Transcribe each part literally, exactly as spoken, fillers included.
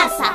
casa.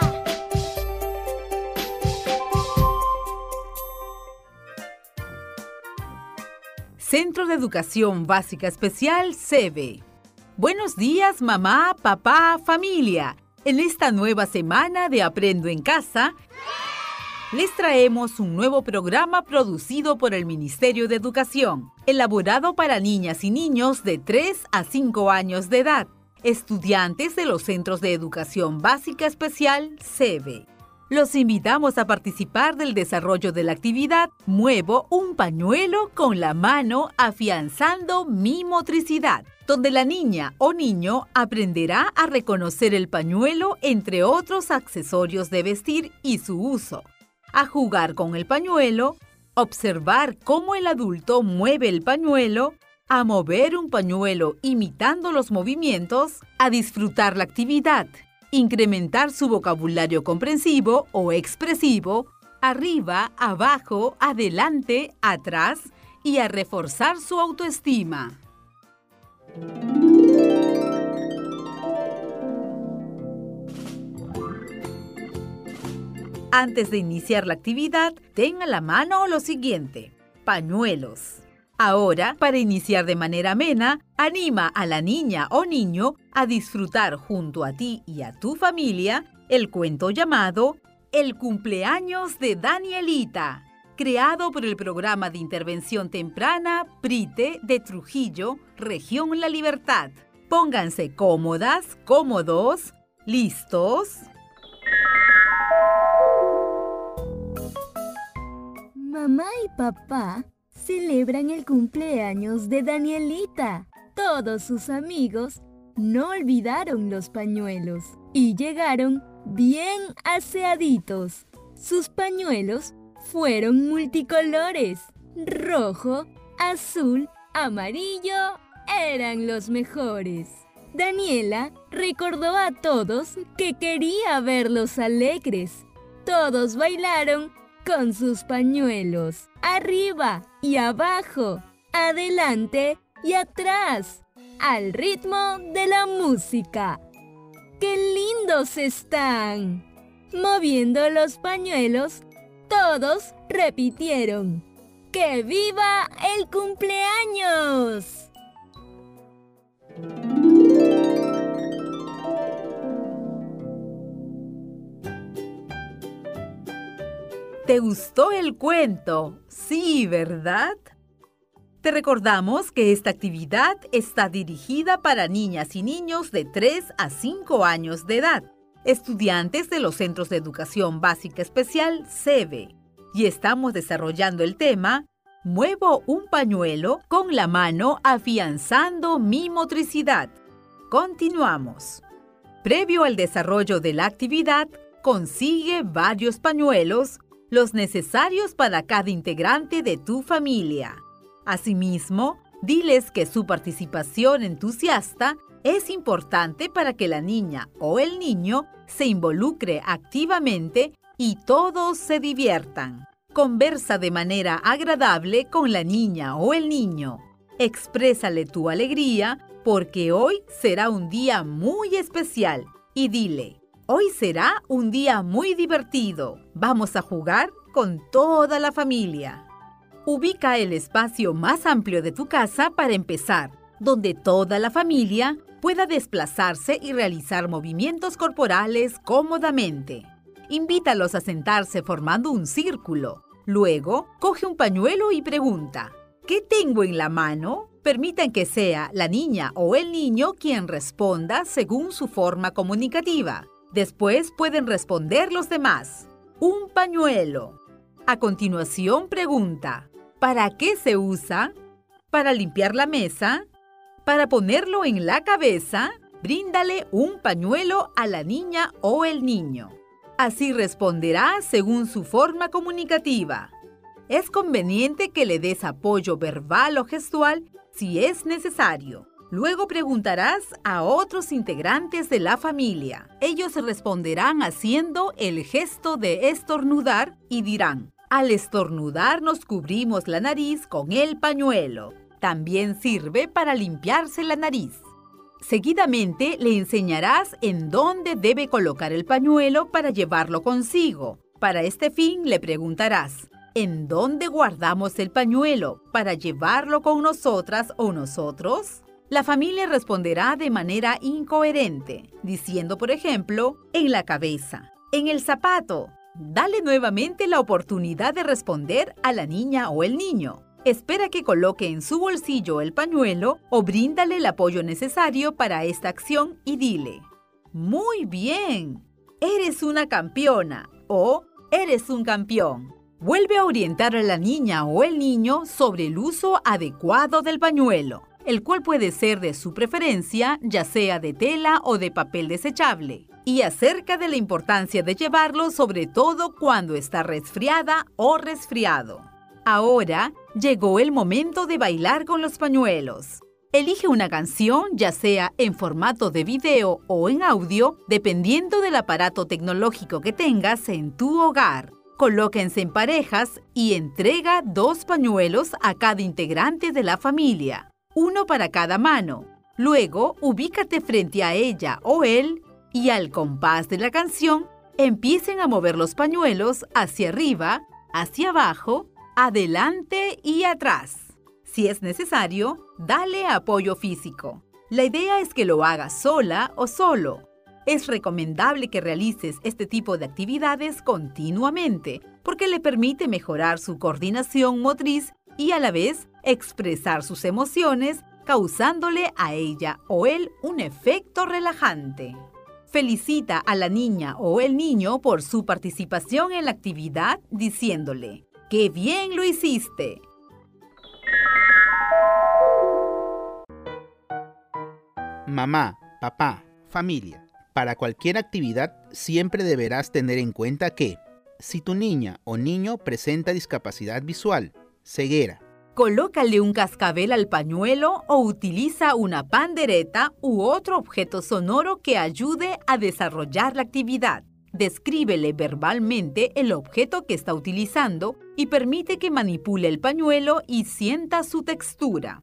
Centro de Educación Básica Especial C E B E. Buenos días, mamá, papá, familia. En esta nueva semana de Aprendo en Casa, les traemos un nuevo programa producido por el Ministerio de Educación, elaborado para niñas y niños de tres a cinco años de edad, estudiantes de los Centros de Educación Básica Especial C E B E. Los invitamos a participar del desarrollo de la actividad Muevo un pañuelo con la mano afianzando mi motricidad, donde la niña o niño aprenderá a reconocer el pañuelo entre otros accesorios de vestir y su uso, a jugar con el pañuelo, observar cómo el adulto mueve el pañuelo, a mover un pañuelo imitando los movimientos, a disfrutar la actividad, incrementar su vocabulario comprensivo o expresivo, arriba, abajo, adelante, atrás y a reforzar su autoestima. Antes de iniciar la actividad, ten a la mano lo siguiente: pañuelos. Ahora, para iniciar de manera amena, anima a la niña o niño a disfrutar junto a ti y a tu familia el cuento llamado El cumpleaños de Danielita, creado por el Programa de Intervención Temprana PRITE de Trujillo, Región La Libertad. Pónganse cómodas, cómodos, ¿listos? Mamá y papá celebran el cumpleaños de Danielita. Todos sus amigos no olvidaron los pañuelos y llegaron bien aseaditos. Sus pañuelos fueron multicolores. Rojo, azul, amarillo eran los mejores. Daniela recordó a todos que quería verlos alegres. Todos bailaron con sus pañuelos, arriba y abajo, adelante y atrás, al ritmo de la música. ¡Qué lindos están! Moviendo los pañuelos, todos repitieron: ¡Que viva el cumpleaños! ¿Te gustó el cuento? Sí, ¿verdad? Te recordamos que esta actividad está dirigida para niñas y niños de tres a cinco años de edad, estudiantes de los Centros de Educación Básica Especial C E B E, y estamos desarrollando el tema Muevo un pañuelo con la mano afianzando mi motricidad. Continuamos. Previo al desarrollo de la actividad, consigue varios pañuelos, los necesarios para cada integrante de tu familia. Asimismo, diles que su participación entusiasta es importante para que la niña o el niño se involucre activamente y todos se diviertan. Conversa de manera agradable con la niña o el niño. Exprésale tu alegría porque hoy será un día muy especial y dile: hoy será un día muy divertido. Vamos a jugar con toda la familia. Ubica el espacio más amplio de tu casa para empezar, donde toda la familia pueda desplazarse y realizar movimientos corporales cómodamente. Invítalos a sentarse formando un círculo. Luego, coge un pañuelo y pregunta: ¿qué tengo en la mano? Permitan que sea la niña o el niño quien responda según su forma comunicativa. Después pueden responder los demás. Un pañuelo. A continuación pregunta: ¿para qué se usa? ¿Para limpiar la mesa? ¿Para ponerlo en la cabeza? Bríndale un pañuelo a la niña o el niño. Así responderá según su forma comunicativa. Es conveniente que le des apoyo verbal o gestual si es necesario. Luego preguntarás a otros integrantes de la familia. Ellos responderán haciendo el gesto de estornudar y dirán: al estornudar nos cubrimos la nariz con el pañuelo. También sirve para limpiarse la nariz. Seguidamente le enseñarás en dónde debe colocar el pañuelo para llevarlo consigo. Para este fin le preguntarás: ¿en dónde guardamos el pañuelo para llevarlo con nosotras o nosotros? La familia responderá de manera incoherente, diciendo, por ejemplo, en la cabeza, en el zapato. Dale nuevamente la oportunidad de responder a la niña o el niño. Espera que coloque en su bolsillo el pañuelo o bríndale el apoyo necesario para esta acción y dile: ¡muy bien! ¡Eres una campeona! O ¡eres un campeón! Vuelve a orientar a la niña o el niño sobre el uso adecuado del pañuelo, el cual puede ser de su preferencia, ya sea de tela o de papel desechable, y acerca de la importancia de llevarlo sobre todo cuando está resfriada o resfriado. Ahora llegó el momento de bailar con los pañuelos. Elige una canción, ya sea en formato de video o en audio, dependiendo del aparato tecnológico que tengas en tu hogar. Colóquense en parejas y entrega dos pañuelos a cada integrante de la familia, uno para cada mano. Luego, ubícate frente a ella o él y al compás de la canción, empiecen a mover los pañuelos hacia arriba, hacia abajo, adelante y atrás. Si es necesario, dale apoyo físico. La idea es que lo hagas sola o solo. Es recomendable que realices este tipo de actividades continuamente, porque le permite mejorar su coordinación motriz y a la vez expresar sus emociones, causándole a ella o él un efecto relajante. Felicita a la niña o el niño por su participación en la actividad diciéndole: ¡qué bien lo hiciste! Mamá, papá, familia. Para cualquier actividad siempre deberás tener en cuenta que si tu niña o niño presenta discapacidad visual, ceguera, colócale un cascabel al pañuelo o utiliza una pandereta u otro objeto sonoro que ayude a desarrollar la actividad. Descríbele verbalmente el objeto que está utilizando y permite que manipule el pañuelo y sienta su textura.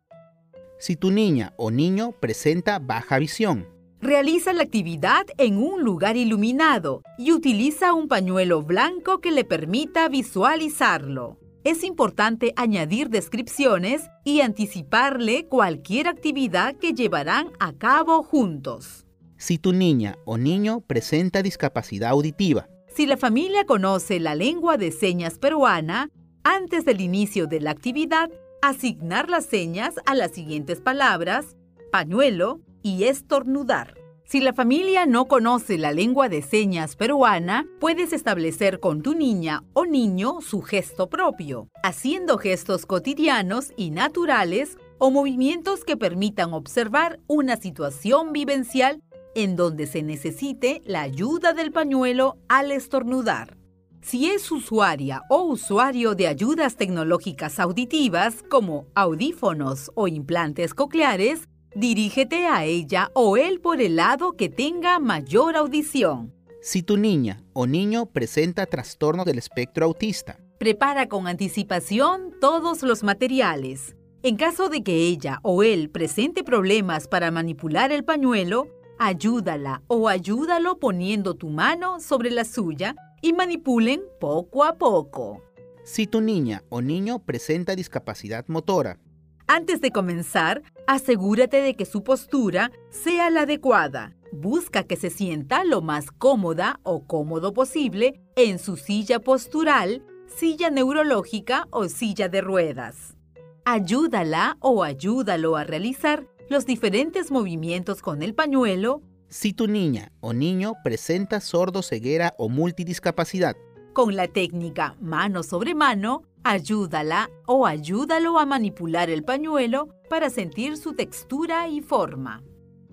Si tu niña o niño presenta baja visión, realiza la actividad en un lugar iluminado y utiliza un pañuelo blanco que le permita visualizarlo. Es importante añadir descripciones y anticiparle cualquier actividad que llevarán a cabo juntos. Si tu niña o niño presenta discapacidad auditiva, si la familia conoce la lengua de señas peruana, antes del inicio de la actividad, asignar las señas a las siguientes palabras: pañuelo y estornudar. Si la familia no conoce la lengua de señas peruana, puedes establecer con tu niña o niño su gesto propio, haciendo gestos cotidianos y naturales o movimientos que permitan observar una situación vivencial en donde se necesite la ayuda del pañuelo al estornudar. Si es usuaria o usuario de ayudas tecnológicas auditivas como audífonos o implantes cocleares, dirígete a ella o él por el lado que tenga mayor audición. Si tu niña o niño presenta trastorno del espectro autista, prepara con anticipación todos los materiales. En caso de que ella o él presente problemas para manipular el pañuelo, ayúdala o ayúdalo poniendo tu mano sobre la suya y manipulen poco a poco. Si tu niña o niño presenta discapacidad motora, antes de comenzar, asegúrate de que su postura sea la adecuada. Busca que se sienta lo más cómoda o cómodo posible en su silla postural, silla neurológica o silla de ruedas. Ayúdala o ayúdalo a realizar los diferentes movimientos con el pañuelo. Si tu niña o niño presenta sordoceguera o multidiscapacidad, con la técnica mano sobre mano, ayúdala o ayúdalo a manipular el pañuelo para sentir su textura y forma.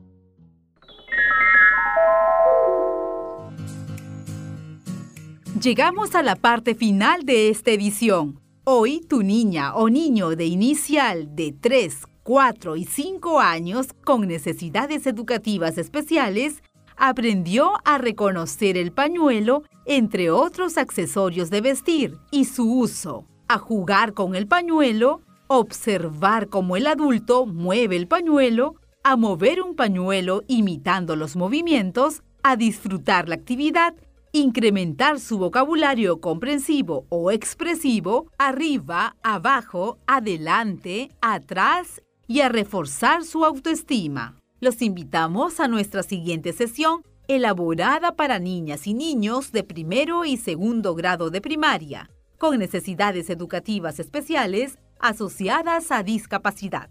Llegamos a la parte final de esta edición. Hoy tu niña o niño de inicial de tres, cuatro y cinco años con necesidades educativas especiales aprendió a reconocer el pañuelo, entre otros accesorios de vestir, y su uso, a jugar con el pañuelo, observar cómo el adulto mueve el pañuelo a mover un pañuelo imitando los movimientos, a disfrutar la actividad, incrementar su vocabulario comprensivo o expresivo, arriba, abajo, adelante, atrás y a reforzar su autoestima. Los invitamos a nuestra siguiente sesión, elaborada para niñas y niños de primero y segundo grado de primaria, con necesidades educativas especiales asociadas a discapacidad.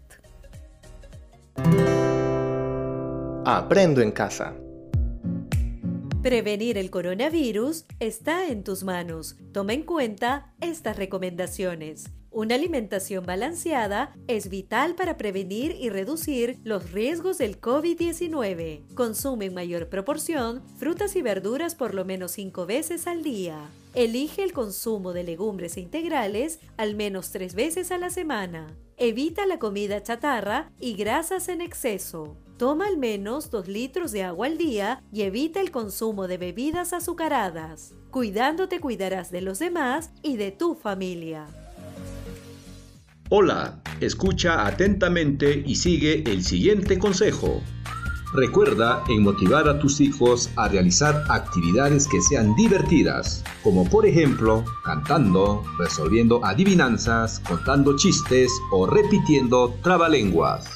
Aprendo en casa. Prevenir el coronavirus está en tus manos. Toma en cuenta estas recomendaciones. Una alimentación balanceada es vital para prevenir y reducir los riesgos del COVID diecinueve. Consume en mayor proporción frutas y verduras por lo menos cinco veces al día. Elige el consumo de legumbres e integrales al menos tres veces a la semana. Evita la comida chatarra y grasas en exceso. Toma al menos dos litros de agua al día y evita el consumo de bebidas azucaradas. Cuidándote cuidarás de los demás y de tu familia. Hola, escucha atentamente y sigue el siguiente consejo. Recuerda en motivar a tus hijos a realizar actividades que sean divertidas, como por ejemplo, cantando, resolviendo adivinanzas, contando chistes o repitiendo trabalenguas.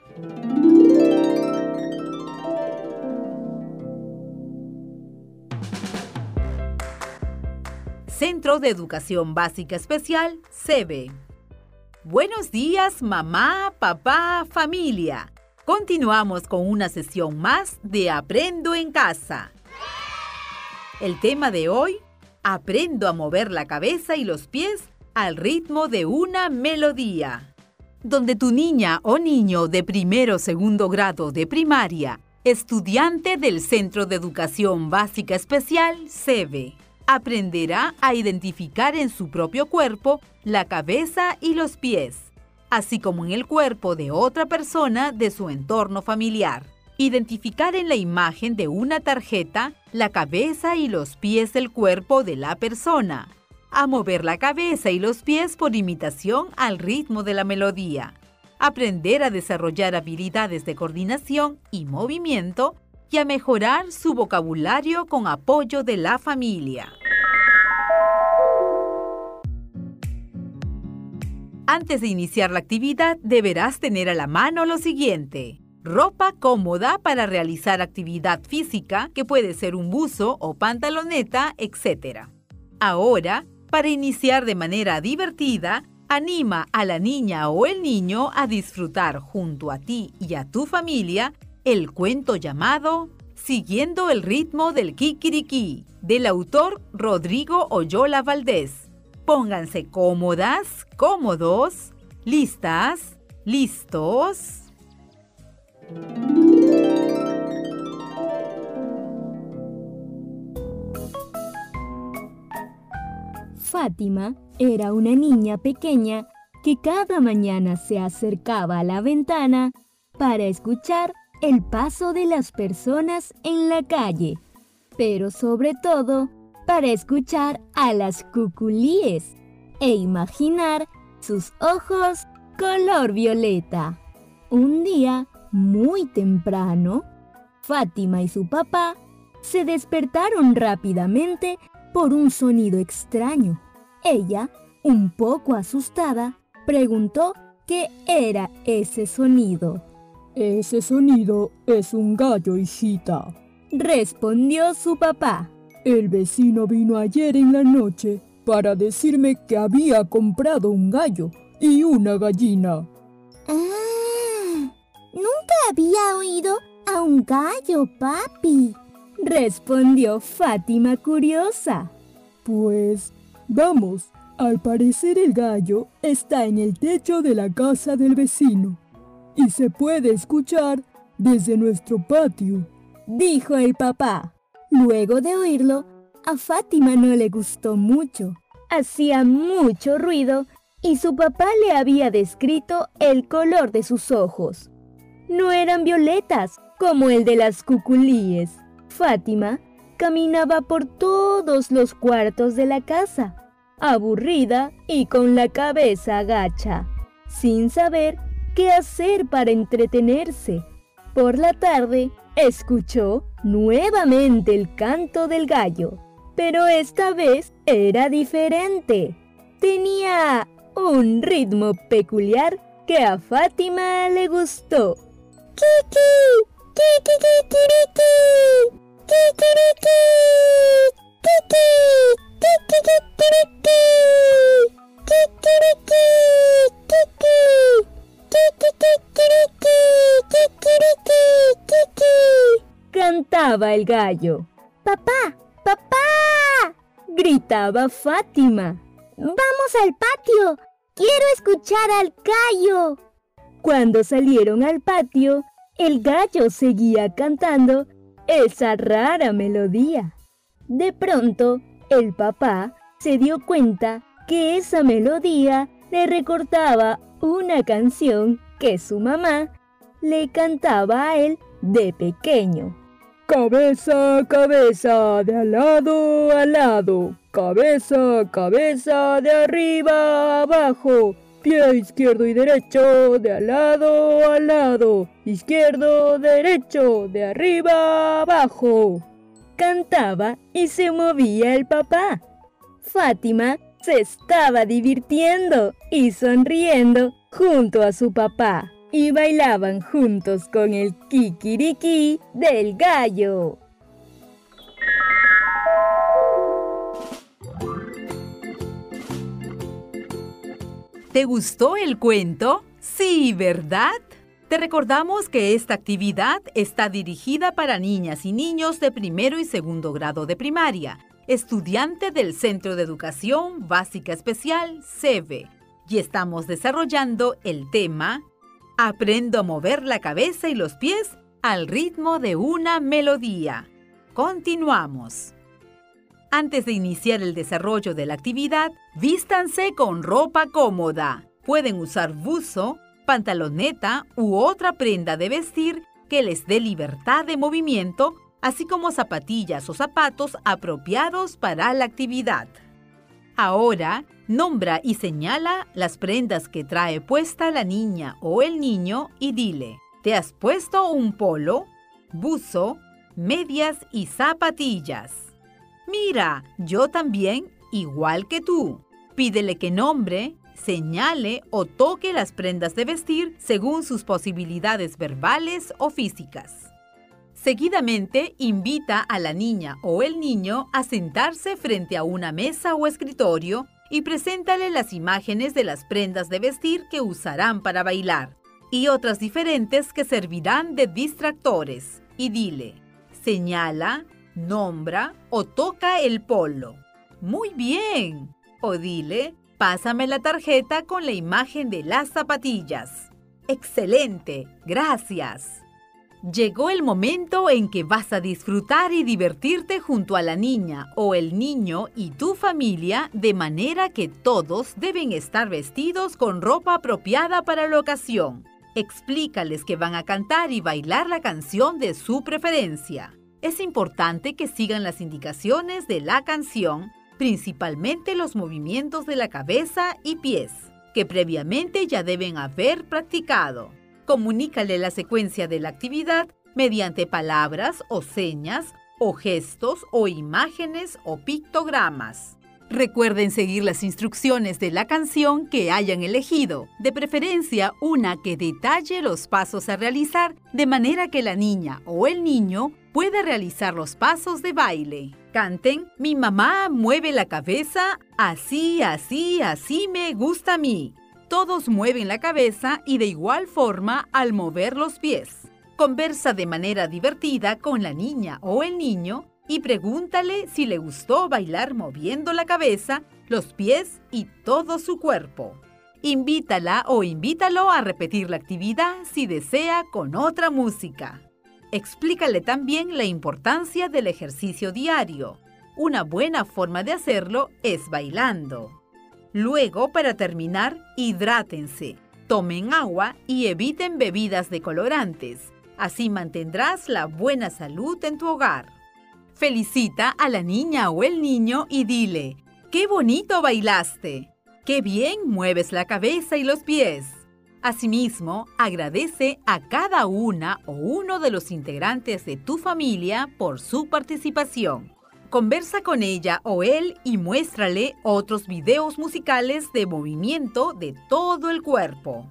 Centro de Educación Básica Especial, C E B E. Buenos días, mamá, papá, familia. Continuamos con una sesión más de Aprendo en Casa. El tema de hoy, aprendo a mover la cabeza y los pies al ritmo de una melodía. Donde tu niña o niño de primero o segundo grado de primaria, estudiante del Centro de Educación Básica Especial, C E B E, aprenderá a identificar en su propio cuerpo la cabeza y los pies, así como en el cuerpo de otra persona de su entorno familiar. Identificar en la imagen de una tarjeta la cabeza y los pies del cuerpo de la persona. A mover la cabeza y los pies por imitación al ritmo de la melodía. Aprender a desarrollar habilidades de coordinación y movimiento y a mejorar su vocabulario con apoyo de la familia. Antes de iniciar la actividad, deberás tener a la mano lo siguiente. Ropa cómoda para realizar actividad física, que puede ser un buzo o pantaloneta, etcétera. Ahora, para iniciar de manera divertida, anima a la niña o el niño a disfrutar junto a ti y a tu familia el cuento llamado Siguiendo el ritmo del Kikiriki, del autor Rodrigo Oyola Valdés. Pónganse cómodas, cómodos, listas, listos. Fátima era una niña pequeña que cada mañana se acercaba a la ventana para escuchar el paso de las personas en la calle, pero sobre todo para escuchar a las cuculíes e imaginar sus ojos color violeta. Un día, muy temprano, Fátima y su papá se despertaron rápidamente por un sonido extraño. Ella, un poco asustada, preguntó qué era ese sonido. Ese sonido es un gallo, hijita, respondió su papá. El vecino vino ayer en la noche para decirme que había comprado un gallo y una gallina. Ah, nunca había oído a un gallo, papi, respondió Fátima curiosa. Pues, vamos, al parecer el gallo está en el techo de la casa del vecino y se puede escuchar desde nuestro patio, dijo el papá. Luego de oírlo, a Fátima no le gustó mucho. Hacía mucho ruido y su papá le había descrito el color de sus ojos. No eran violetas como el de las cuculíes. Fátima caminaba por todos los cuartos de la casa, aburrida y con la cabeza agacha, sin saber qué hacer para entretenerse. Por la tarde, escuchó nuevamente el canto del gallo, pero esta vez era diferente. Tenía un ritmo peculiar que a Fátima le gustó. ¡Kiki! ¡Kiki, kikiriki! ¡Kikiriki! ¡Kiki! ¡Kikiriki! ¡Kikiriki! ¡Kiki! Cantaba el gallo. ¡Papá! ¡Papá! Gritaba Fátima. ¡Vamos al patio! ¡Quiero escuchar al gallo! Cuando salieron al patio, el gallo seguía cantando esa rara melodía. De pronto, el papá se dio cuenta que esa melodía le recordaba una canción que su mamá le cantaba a él de pequeño. Cabeza, cabeza, de al lado a lado. Cabeza, cabeza, de arriba a abajo. Pie izquierdo y derecho, de al lado a lado. Izquierdo, derecho, de arriba a abajo. Cantaba y se movía el papá. Fátima se estaba divirtiendo y sonriendo junto a su papá. Y bailaban juntos con el kikiriki del gallo. ¿Te gustó el cuento? Sí, ¿verdad? Te recordamos que esta actividad está dirigida para niñas y niños de primero y segundo grado de primaria, estudiante del Centro de Educación Básica Especial, C E B E, y estamos desarrollando el tema Aprendo a mover la cabeza y los pies al ritmo de una melodía. Continuamos. Antes de iniciar el desarrollo de la actividad, vístanse con ropa cómoda. Pueden usar buzo, pantaloneta u otra prenda de vestir que les dé libertad de movimiento, así como zapatillas o zapatos apropiados para la actividad. Ahora, nombra y señala las prendas que trae puesta la niña o el niño y dile, ¿te has puesto un polo, buzo, medias y zapatillas? Mira, yo también, igual que tú. Pídele que nombre, señale o toque las prendas de vestir según sus posibilidades verbales o físicas. Seguidamente, invita a la niña o el niño a sentarse frente a una mesa o escritorio y preséntale las imágenes de las prendas de vestir que usarán para bailar y otras diferentes que servirán de distractores. Y dile, señala, nombra o toca el polo. ¡Muy bien! O dile, pásame la tarjeta con la imagen de las zapatillas. ¡Excelente! ¡Gracias! Llegó el momento en que vas a disfrutar y divertirte junto a la niña o el niño y tu familia, de manera que todos deben estar vestidos con ropa apropiada para la ocasión. Explícales que van a cantar y bailar la canción de su preferencia. Es importante que sigan las indicaciones de la canción, principalmente los movimientos de la cabeza y pies, que previamente ya deben haber practicado. Comunícale la secuencia de la actividad mediante palabras o señas, o gestos o imágenes o pictogramas. Recuerden seguir las instrucciones de la canción que hayan elegido, de preferencia una que detalle los pasos a realizar, de manera que la niña o el niño pueda realizar los pasos de baile. Canten, mi mamá mueve la cabeza, así, así, así me gusta a mí. Todos mueven la cabeza y de igual forma al mover los pies. Conversa de manera divertida con la niña o el niño y pregúntale si le gustó bailar moviendo la cabeza, los pies y todo su cuerpo. Invítala o invítalo a repetir la actividad si desea con otra música. Explícale también la importancia del ejercicio diario. Una buena forma de hacerlo es bailando. Luego, para terminar, hidrátense, tomen agua y eviten bebidas de colorantes. Así mantendrás la buena salud en tu hogar. Felicita a la niña o el niño y dile, ¡qué bonito bailaste! ¡Qué bien mueves la cabeza y los pies! Asimismo, agradece a cada una o uno de los integrantes de tu familia por su participación. Conversa con ella o él y muéstrale otros videos musicales de movimiento de todo el cuerpo.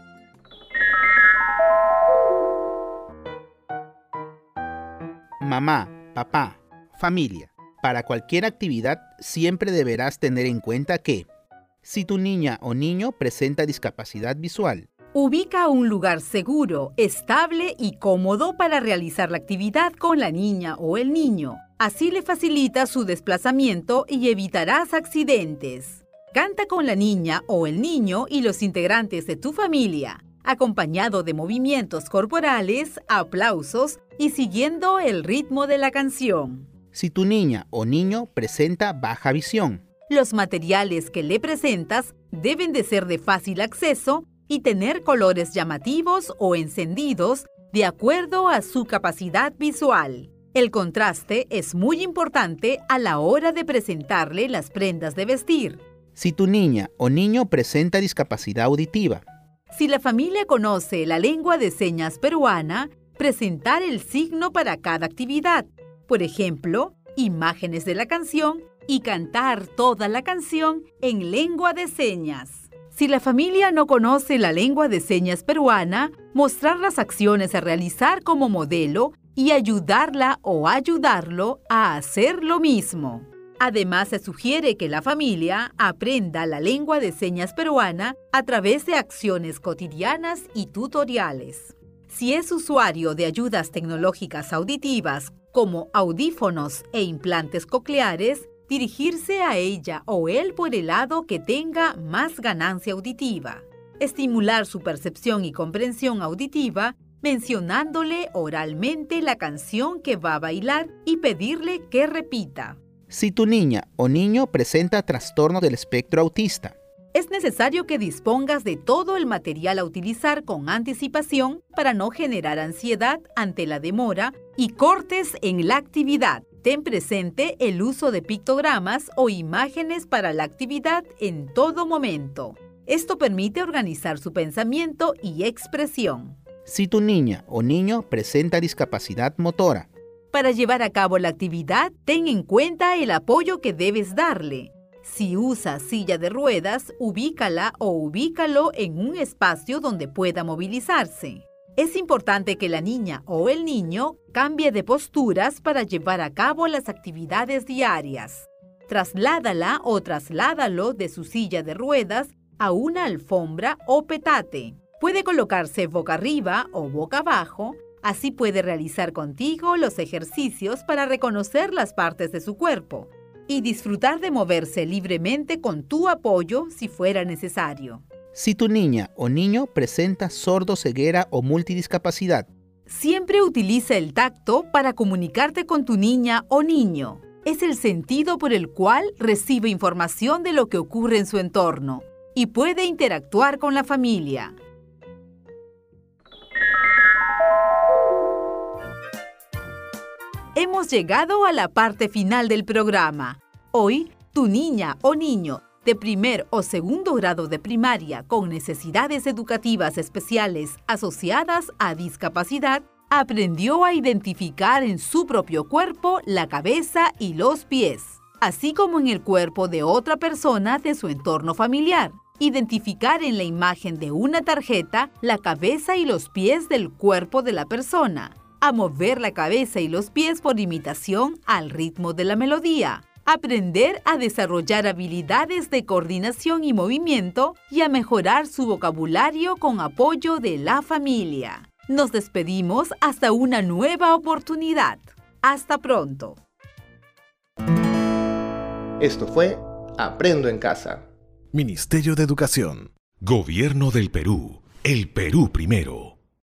Mamá, papá, familia. Para cualquier actividad siempre deberás tener en cuenta que si tu niña o niño presenta discapacidad visual, ubica un lugar seguro, estable y cómodo para realizar la actividad con la niña o el niño. Así le facilitas su desplazamiento y evitarás accidentes. Canta con la niña o el niño y los integrantes de tu familia, acompañado de movimientos corporales, aplausos y siguiendo el ritmo de la canción. Si tu niña o niño presenta baja visión, los materiales que le presentas deben de ser de fácil acceso y tener colores llamativos o encendidos de acuerdo a su capacidad visual. El contraste es muy importante a la hora de presentarle las prendas de vestir. Si tu niña o niño presenta discapacidad auditiva, si la familia conoce la lengua de señas peruana, presentar el signo para cada actividad. Por ejemplo, imágenes de la canción y cantar toda la canción en lengua de señas. Si la familia no conoce la lengua de señas peruana, mostrar las acciones a realizar como modelo y ayudarla o ayudarlo a hacer lo mismo. Además, se sugiere que la familia aprenda la lengua de señas peruana a través de acciones cotidianas y tutoriales. Si es usuario de ayudas tecnológicas auditivas como audífonos e implantes cocleares, dirigirse a ella o él por el lado que tenga más ganancia auditiva. Estimular su percepción y comprensión auditiva mencionándole oralmente la canción que va a bailar y pedirle que repita. Si tu niña o niño presenta trastorno del espectro autista, es necesario que dispongas de todo el material a utilizar con anticipación para no generar ansiedad ante la demora y cortes en la actividad. Ten presente el uso de pictogramas o imágenes para la actividad en todo momento. Esto permite organizar su pensamiento y expresión. Si tu niña o niño presenta discapacidad motora, para llevar a cabo la actividad, ten en cuenta el apoyo que debes darle. Si usa silla de ruedas, ubícala o ubícalo en un espacio donde pueda movilizarse. Es importante que la niña o el niño cambie de posturas para llevar a cabo las actividades diarias. Trasládala o trasládalo de su silla de ruedas a una alfombra o petate. Puede colocarse boca arriba o boca abajo. Así puede realizar contigo los ejercicios para reconocer las partes de su cuerpo y disfrutar de moverse libremente con tu apoyo si fuera necesario. Si tu niña o niño presenta sordoceguera o multidiscapacidad, siempre utiliza el tacto para comunicarte con tu niña o niño. Es el sentido por el cual recibe información de lo que ocurre en su entorno y puede interactuar con la familia. Hemos llegado a la parte final del programa. Hoy, tu niña o niño de primer o segundo grado de primaria con necesidades educativas especiales asociadas a discapacidad aprendió a identificar en su propio cuerpo la cabeza y los pies, así como en el cuerpo de otra persona de su entorno familiar. Identificar en la imagen de una tarjeta la cabeza y los pies del cuerpo de la persona. A mover la cabeza y los pies por imitación al ritmo de la melodía. Aprender a desarrollar habilidades de coordinación y movimiento y a mejorar su vocabulario con apoyo de la familia. Nos despedimos hasta una nueva oportunidad. Hasta pronto. Esto fue Aprendo en Casa. Ministerio de Educación. Gobierno del Perú. El Perú primero.